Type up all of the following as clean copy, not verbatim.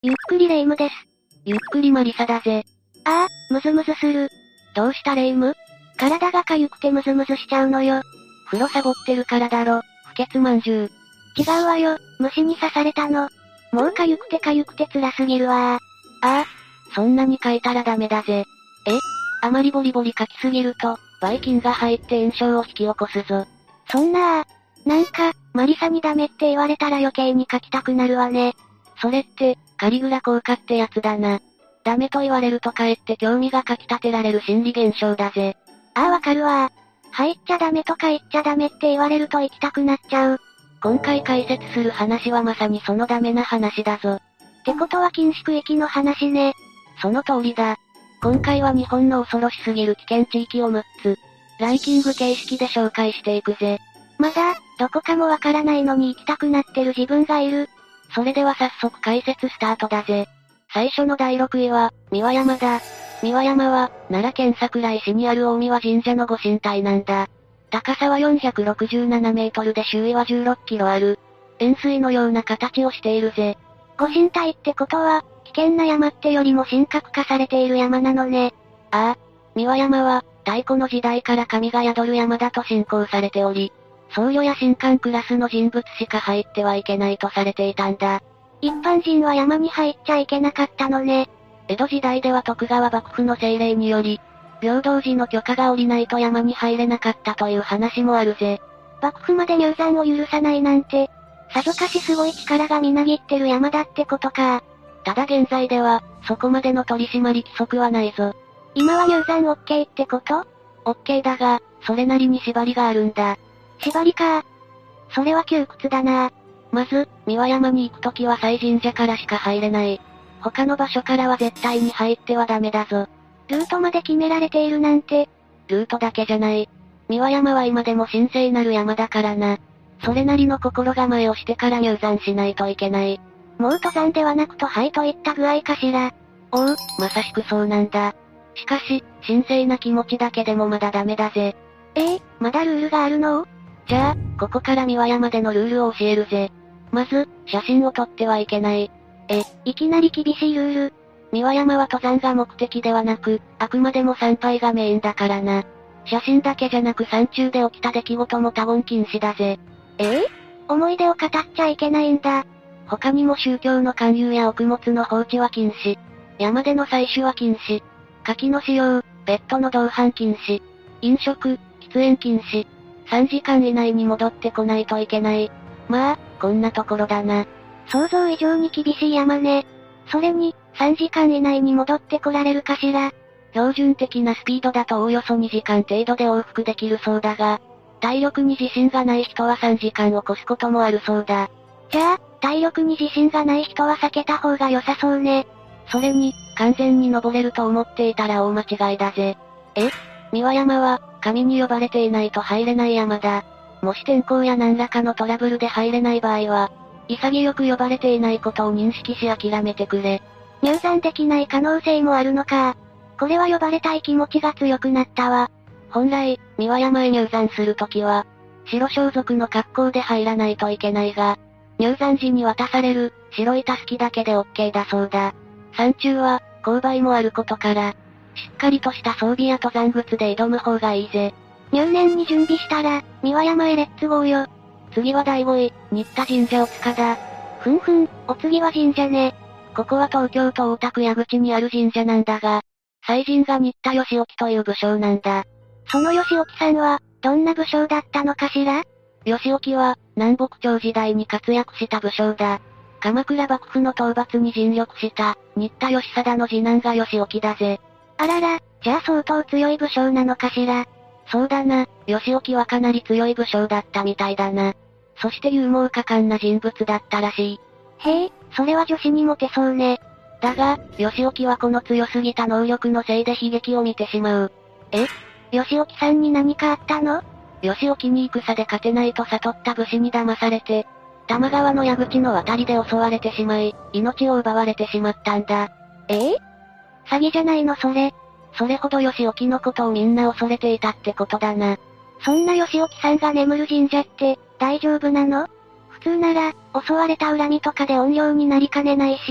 ゆっくりレ夢ムです。 ゆっくりマリサだぜ。 ああ、ムズムズする。 どうしたレ夢ム？ 体が痒くてムズムズしちゃうのよ。 風呂サボってるからだろ、不潔まんじゅう。 違うわよ、虫に刺されたの。もう痒くて辛すぎるわああ、そんなに書いたらダメだぜ。あまりボリボリ書きすぎると、ばい菌が入って炎症を引き起こすぞ。 そんななんか、マリサにダメって言われたら余計に書きたくなるわね。 それって、カリグラ効果ってやつだな。ダメと言われるとかえって興味がかき立てられる心理現象だぜ。 ああわかるわ。入っちゃダメとか言っちゃダメって言われると行きたくなっちゃう。 今回解説する話はまさにそのダメな話だぞ。 ってことは禁止区域の話ね。 その通りだ。今回は日本の恐ろしすぎる危険地域を6つ、ランキング形式で紹介していくぜ。 まだ、どこかもわからないのに行きたくなってる自分がいる。 それでは早速解説スタートだぜ。最初の第6位は、三輪山だ。三輪山は、奈良県桜井市にある大三輪神社のご神体なんだ。高さは467メートルで周囲は16キロある。円錐のような形をしているぜ。 ご神体ってことは、危険な山ってよりも神格化されている山なのね。 ああ。三輪山は、太古の時代から神が宿る山だと信仰されており、僧侶や神官クラスの人物しか入ってはいけないとされていたんだ。 一般人は山に入っちゃいけなかったのね。 江戸時代では徳川幕府の政令により、平等時の許可が下りないと山に入れなかったという話もあるぜ。 幕府まで入山を許さないなんて、さぞかしすごい力がみなぎってる山だってことか。 ただ現在では、そこまでの取り締まり規則はないぞ。 今は入山 OK ってこと？ OK だが、それなりに縛りがあるんだ。 縛りか。それは窮屈だな。 まず、三輪山に行くときは祭神社からしか入れない。他の場所からは絶対に入ってはダメだぞ。 ルートまで決められているなんて。 ルートだけじゃない。三輪山は今でも神聖なる山だからな。それなりの心構えをしてから入山しないといけない。 もう登山ではなくとはいといった具合かしら。 おう、まさしくそうなんだ。しかし、神聖な気持ちだけでもまだダメだぜ。 まだルールがあるの？ じゃあ、ここから三輪山でのルールを教えるぜ。まず、写真を撮ってはいけない。 いきなり厳しいルール。 三輪山は登山が目的ではなく、あくまでも参拝がメインだからな。写真だけじゃなく山中で起きた出来事も他言禁止だぜ。 思い出を語っちゃいけないんだ。 他にも宗教の勧誘や穀物の放置は禁止。山での採取は禁止。火器の使用、ペットの同伴禁止。飲食、喫煙禁止。3時間以内に戻ってこないといけない。まあ、こんなところだな。 想像以上に厳しい山ね。それに、3時間以内に戻ってこられるかしら。 標準的なスピードだとおおよそ2時間程度で往復できるそうだが、体力に自信がない人は3時間を越すこともあるそうだ。 じゃあ、体力に自信がない人は避けた方が良さそうね。 それに、完全に登れると思っていたら大間違いだぜ。三輪山は、神に呼ばれていないと入れない山だ。もし天候や何らかのトラブルで入れない場合は、潔く呼ばれていないことを認識し諦めてくれ。 入山できない可能性もあるのか。これは呼ばれたい気持ちが強くなったわ。 本来、三輪山へ入山するときは、白装束の格好で入らないといけないが、入山時に渡される、白いタスキだけで OK だそうだ。山中は、勾配もあることから、しっかりとした装備や登山靴で挑む方がいいぜ。 入念に準備したら、三輪山へレッツゴーよ。 次は第5位、新田神社お塚だ。 お次は神社ね。 ここは東京都大田区矢口にある神社なんだが、祭神が新田義興という武将なんだ。 その義興さんは、どんな武将だったのかしら？ 義興は、南北朝時代に活躍した武将だ。鎌倉幕府の討伐に尽力した、新田義貞の次男が義興だぜ。 あらら、じゃあ相当強い武将なのかしら？ そうだな、義興はかなり強い武将だったみたいだな。そして勇猛果敢な人物だったらしい。 へえ、それは女子にモテそうね。 だが、義興はこの強すぎた能力のせいで悲劇を見てしまう。 義興さんに何かあったの？ 義興に戦で勝てないと悟った武士に騙されて、多摩川の矢口の渡りで襲われてしまい、命を奪われてしまったんだ。 詐欺じゃないのそれ。 それほど義興のことをみんな恐れていたってことだな。 そんな義興さんが眠る神社って、大丈夫なの？普通なら、襲われた恨みとかで怨霊になりかねないし、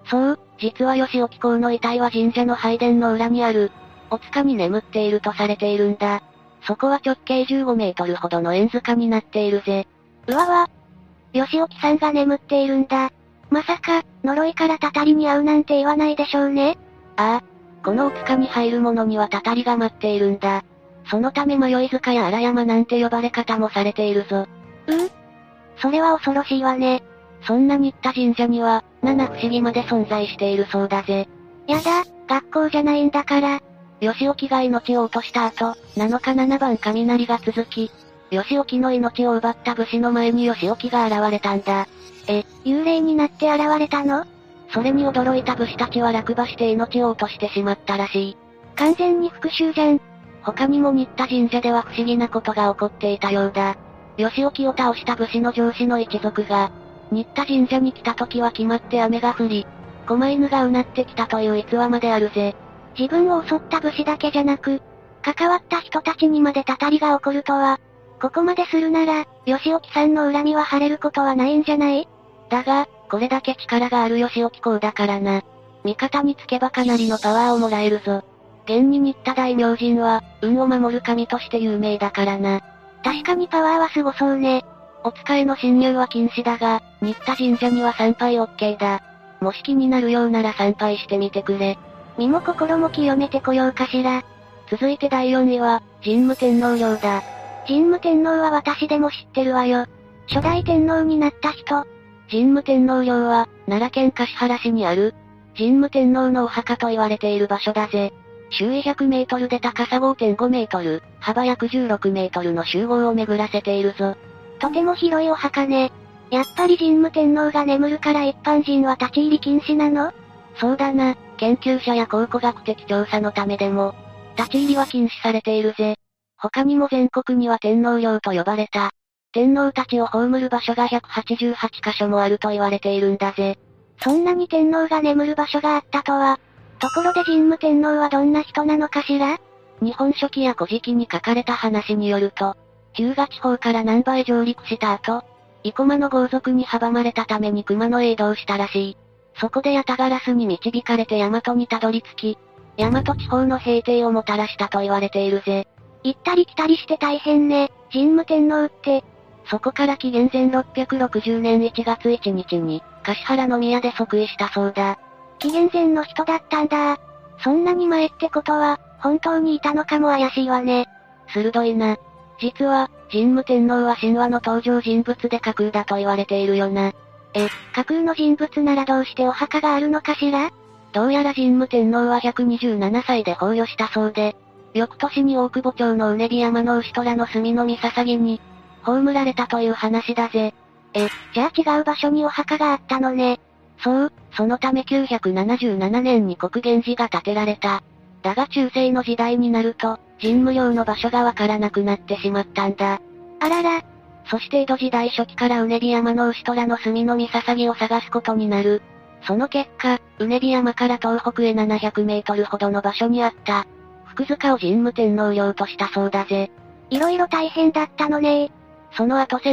そう、実は吉沖公の遺体は神社の拝殿の裏にある、お塚に眠っているとされているんだ。そこは直径15メートルほどの円塚になっているぜ。 うわわ。吉沖さんが眠っているんだ。まさか、呪いからたたりに会うなんて言わないでしょうね。 ああ。このお塚に入る者にはたたりが待っているんだ。そのため迷い塚や荒山なんて呼ばれ方もされているぞ。 それは恐ろしいわね。 そんな新田神社には、七不思議まで存在しているそうだぜ。 やだ、学校じゃないんだから。 吉沖が命を落とした後、7日7番雷が続き、吉沖の命を奪った武士の前に吉沖が現れたんだ。 幽霊になって現れたの？ それに驚いた武士たちは落馬して命を落としてしまったらしい。 完全に復讐じゃん。 他にも新田神社では不思議なことが起こっていたようだ。吉沖を倒した武士の上司の一族が、新田神社に来た時は決まって雨が降り、狛犬がうなってきたという逸話まであるぜ。 自分を襲った武士だけじゃなく、関わった人たちにまでたたりが起こるとは、ここまでするなら、吉沖さんの恨みは晴れることはないんじゃない？ だが、これだけ力がある吉沖公だからな。味方につけばかなりのパワーをもらえるぞ。現に新田大明神は、運を守る神として有名だからな。 確かにパワーはすごそうね。 お塚への侵入は禁止だが、新田神社には参拝 OK だ。もし気になるようなら参拝してみてくれ。 身も心も清めてこようかしら。 続いて第4位は、神武天皇陵だ。 神武天皇は私でも知ってるわよ。初代天皇になった人。 神武天皇陵は、奈良県橿原市にある、神武天皇のお墓と言われている場所だぜ。周囲100メートルで高さ 5.5 メートル、幅約16メートルの集合を巡らせているぞ。 とても広いお墓ね。やっぱり神武天皇が眠るから一般人は立ち入り禁止なの？ そうだな、研究者や考古学的調査のためでも、立ち入りは禁止されているぜ。他にも全国には天皇陵と呼ばれた、天皇たちを葬る場所が188カ所もあると言われているんだぜ。 そんなに天皇が眠る場所があったとは。ところで神武天皇はどんな人なのかしら？ 日本書紀や古事記に書かれた話によると、日向地方から南波へ上陸した後、生駒の豪族に阻まれたために熊野へ移動したらしい。そこでヤタガラスに導かれて大和にたどり着き、大和地方の平定をもたらしたと言われているぜ。 行ったり来たりして大変ね、神武天皇って。 そこから紀元前660年1月1日に、橿原の宮で即位したそうだ。 紀元前の人だったんだ。そんなに前ってことは、本当にいたのかも怪しいわね。 鋭いな。実は、神武天皇は神話の登場人物で架空だと言われているよな。 架空の人物ならどうしてお墓があるのかしら？ どうやら神武天皇は127歳で崩御したそうで、翌年に大久保町のうねび山の牛虎の住の見捧げに、葬られたという話だぜ。 じゃあ違う場所にお墓があったのね。 そう、そのため977年に国元寺が建てられた。だが中世の時代になると、神武陵の場所がわからなくなってしまったんだ。 あらら。 そして江戸時代初期からうねび山の牛虎の住の見捧げを探すことになる。その結果、うねび山から東北へ700メートルほどの場所にあった、福塚を神武天皇陵としたそうだぜ。 いろいろ大変だったのね。 その後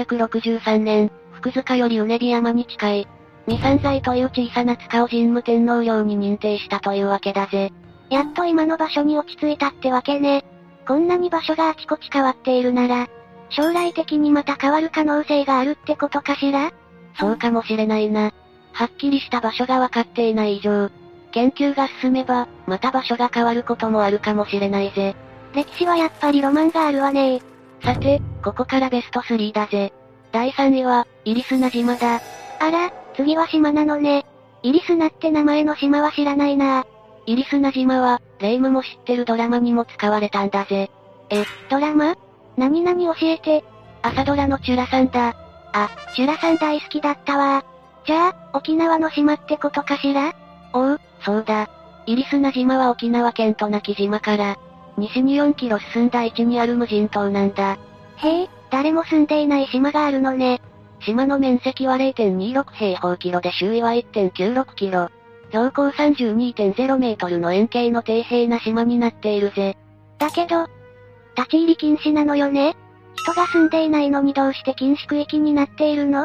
1863年、福塚よりうねび山に近い、三山財という小さな塚を神武天皇陵に認定したというわけだぜ。 やっと今の場所に落ち着いたってわけね。こんなに場所があちこち変わっているなら、将来的にまた変わる可能性があるってことかしら？ そうかもしれないな。はっきりした場所がわかっていない以上、研究が進めば、また場所が変わることもあるかもしれないぜ。 歴史はやっぱりロマンがあるわね。 さて、ここからベスト3だぜ。第3位は、入砂島だ。 あら、次は島なのね。入砂って名前の島は知らないな。 入砂島は、霊夢も知ってるドラマにも使われたんだぜ。 ドラマ？何々教えて。 朝ドラのチュラさんだ。 あ、チュラさん大好きだったわ。じゃあ、沖縄の島ってことかしら？ おう、そうだ。入砂島は沖縄県渡名喜島から、西に4キロ進んだ位置にある無人島なんだ。 へえ、誰も住んでいない島があるのね。 島の面積は 0.26 平方キロで周囲は 1.96 キロ。標高 32.0 メートルの円形の底平な島になっているぜ。 だけど、立ち入り禁止なのよね？人が住んでいないのにどうして禁止区域になっているの？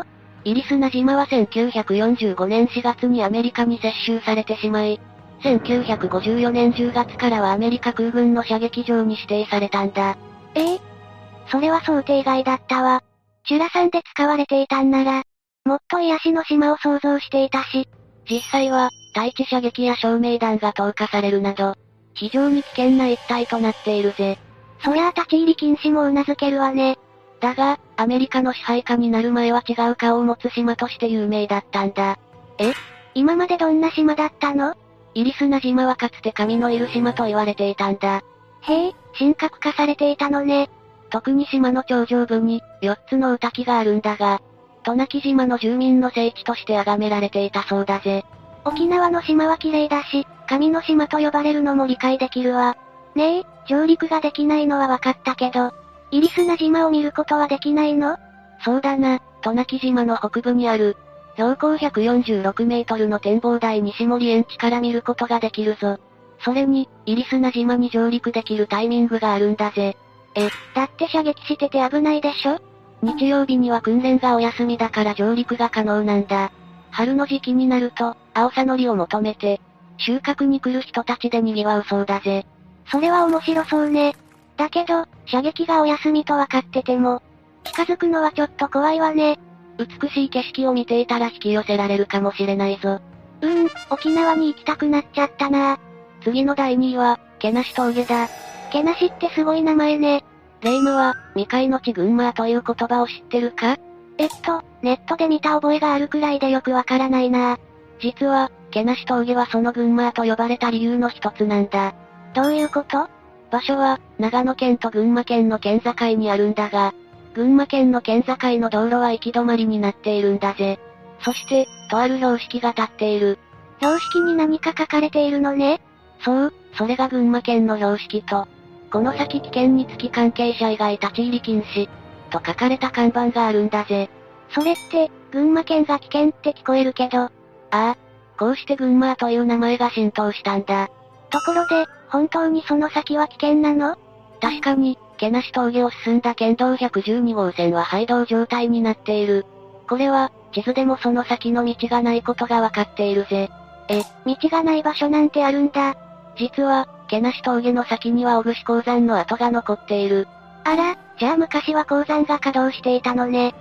イリスナ島は1945年4月にアメリカに接収されてしまい、1954年10月からはアメリカ空軍の射撃場に指定されたんだ。 それは想定外だったわ。修羅山で使われていたんなら、もっと癒しの島を想像していたし。 実際は、対地射撃や照明弾が投下されるなど、非常に危険な一帯となっているぜ。 そりゃあ立ち入り禁止も頷けるわね。 だが、アメリカの支配下になる前は違う顔を持つ島として有名だったんだ。 今までどんな島だったの？ イリスナ島はかつて神のいる島と言われていたんだ。 へえ、神格化されていたのね。 特に島の頂上部に、4つの御滝があるんだが、渡名喜島の住民の聖地として崇められていたそうだぜ。 沖縄の島は綺麗だし、神の島と呼ばれるのも理解できるわ。ねえ、上陸ができないのは分かったけど、イリスナ島を見ることはできないの？ そうだな、渡名喜島の北部にある、標高146メートルの展望台西森園地から見ることができるぞ。それに、イリスナ島に上陸できるタイミングがあるんだぜ。 だって射撃してて危ないでしょ？ 日曜日には訓練がお休みだから上陸が可能なんだ。春の時期になると、青さのりを求めて、収穫に来る人たちで賑わうそうだぜ。 それは面白そうね。だけど、射撃がお休みと分かってても、近づくのはちょっと怖いわね。 美しい景色を見ていたら引き寄せられるかもしれないぞ。 沖縄に行きたくなっちゃったな。 次の第2位は、けなし峠だ。 けなしってすごい名前ね。 霊夢は、未開の地群馬という言葉を知ってるか？ ネットで見た覚えがあるくらいでよくわからないな。 実は、けなし峠はその群馬と呼ばれた理由の一つなんだ。 どういうこと？ 場所は、長野県と群馬県の県境にあるんだが、群馬県の県境の道路は行き止まりになっているんだぜ。そして、とある標識が立っている。 標識に何か書かれているのね。 そう、それが群馬県の標識と、この先危険につき関係者以外立ち入り禁止、と書かれた看板があるんだぜ。 それって、群馬県が危険って聞こえるけど。 こうして群馬という名前が浸透したんだ。 ところで、本当にその先は危険なの？ 確かに、けなし峠を進んだ県道112号線は廃道状態になっている。これは、地図でもその先の道がないことがわかっているぜ。 道がない場所なんてあるんだ。 実は、けなし峠の先には小串鉱山の跡が残っている。 あら、じゃあ昔は鉱山が稼働していたのね。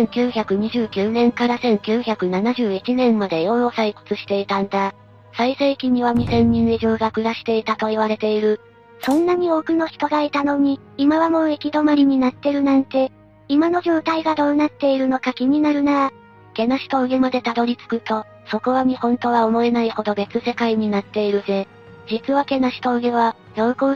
1929年から1971年まで硫黄を採掘していたんだ。最盛期には2000人以上が暮らしていたと言われている。 そんなに多くの人がいたのに、今はもう行き止まりになってるなんて、今の状態がどうなっているのか気になるなぁ。 けなし峠までたどり着くと、そこは日本とは思えないほど別世界になっているぜ。実はけなし峠は、標高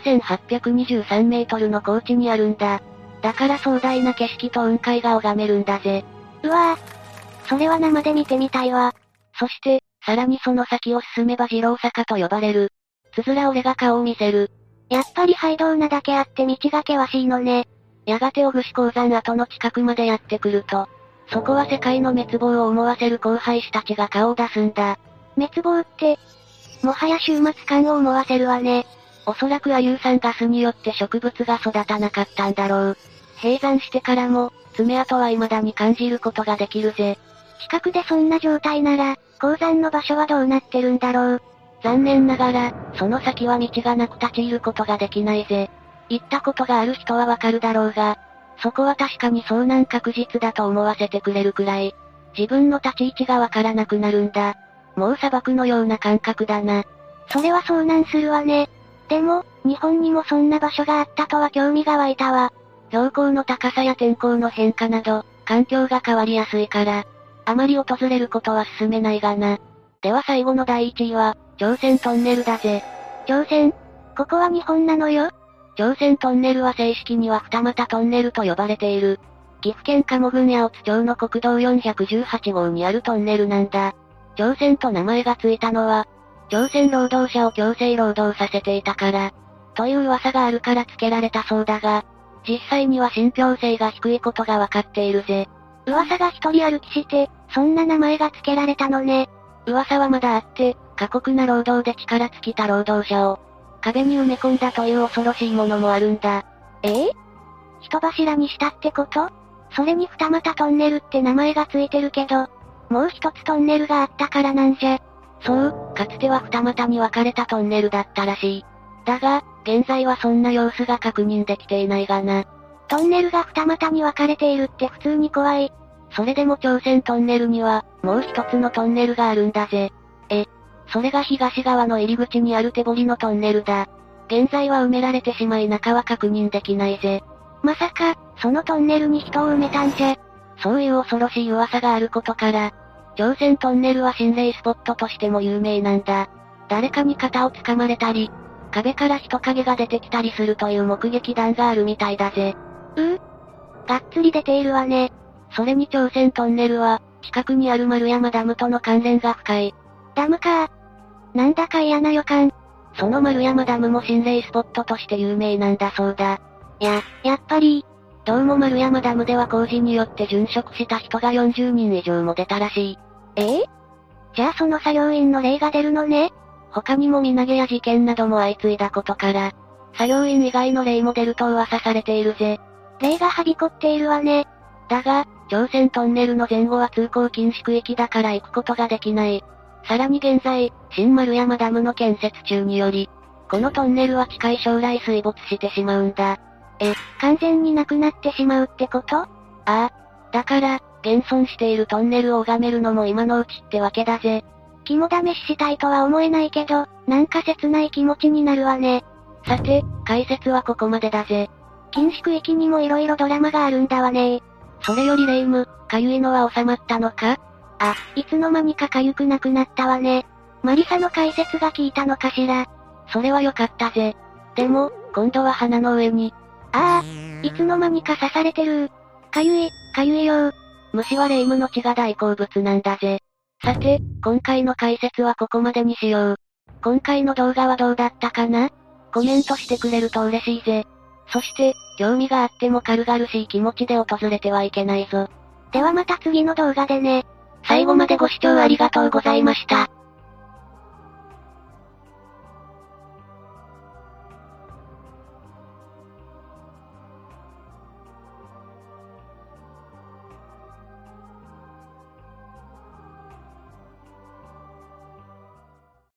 1823メートルの高地にあるんだ。だから壮大な景色と雲海が拝めるんだぜ。 うわぁ。それは生で見てみたいわ。 そして、さらにその先を進めば二郎坂と呼ばれる。つづら俺が顔を見せる。 やっぱり廃道なだけあって道が険しいのね。 やがて小串鉱山跡の近くまでやってくると、そこは世界の滅亡を思わせる荒廃士たちが顔を出すんだ。 滅亡って、もはや終末感を思わせるわね。 おそらく亜硫酸ガスによって植物が育たなかったんだろう。閉山してからも、爪痕は未だに感じることができるぜ。 近くでそんな状態なら、鉱山の場所はどうなってるんだろう。 残念ながら、その先は道がなく立ち入ることができないぜ。行ったことがある人はわかるだろうが、そこは確かに遭難確実だと思わせてくれるくらい、自分の立ち位置がわからなくなるんだ。もう砂漠のような感覚だな。 それは遭難するわね。でも、日本にもそんな場所があったとは興味が湧いたわ。 標高の高さや天候の変化など、環境が変わりやすいから、あまり訪れることは進めないがな。では最後の第1位は、朝鮮トンネルだぜ。 朝鮮？ここは日本なのよ。 朝鮮トンネルは正式には二俣トンネルと呼ばれている。岐阜県加茂郡八百津町の国道418号にあるトンネルなんだ。朝鮮と名前がついたのは、朝鮮労働者を強制労働させていたから、という噂があるから付けられたそうだが、実際には信憑性が低いことがわかっているぜ。 噂が一人歩きして、そんな名前が付けられたのね。 噂はまだあって、過酷な労働で力尽きた労働者を、壁に埋め込んだという恐ろしいものもあるんだ。 人柱にしたってこと？ それに二股トンネルって名前がついてるけど、もう一つトンネルがあったからなんじゃ。 そう、かつては二股に分かれたトンネルだったらしい。だが、現在はそんな様子が確認できていないがな。 トンネルが二股に分かれているって普通に怖い。 それでも朝鮮トンネルには、もう一つのトンネルがあるんだぜ。それが東側の入り口にある手堀のトンネルだ。現在は埋められてしまい中は確認できないぜ。 まさか、そのトンネルに人を埋めたんじゃ。 そういう恐ろしい噂があることから、朝鮮トンネルは心霊スポットとしても有名なんだ。誰かに肩を掴まれたり、壁から人影が出てきたりするという目撃談があるみたいだぜ。 がっつり出ているわね。 それに朝鮮トンネルは、近くにある丸山ダムとの関連が深い。 ダムか。なんだか嫌な予感。 その丸山ダムも心霊スポットとして有名なんだそうだ。 やっぱり。 どうも丸山ダムでは工事によって殉職した人が40人以上も出たらしい。 じゃあその作業員の霊が出るのね。 他にも身投げや事件なども相次いだことから、作業員以外の霊も出ると噂されているぜ。 霊がはびこっているわね。 だが、朝鮮トンネルの前後は通行禁止区域だから行くことができない。さらに現在、新丸山ダムの建設中により、このトンネルは近い将来水没してしまうんだ。 完全になくなってしまうってこと？ ああ。だから、現存しているトンネルを拝めるのも今のうちってわけだぜ。 肝試ししたいとは思えないけど、なんか切ない気持ちになるわね。 さて、解説はここまでだぜ。 禁止区域にも色々ドラマがあるんだわね。 それより霊夢、かゆいのは収まったのか？ いつの間にかかゆくなくなったわね。マリサの解説が効いたのかしら。 それは良かったぜ。でも、今度は鼻の上に。 いつの間にか刺されてる。かゆいよ。 虫は霊夢の血が大好物なんだぜ。さて、今回の解説はここまでにしよう。今回の動画はどうだったかな？コメントしてくれると嬉しいぜ。そして、興味があっても軽々しい気持ちで訪れてはいけないぞ。 ではまた次の動画でね。 最後までご視聴ありがとうございました。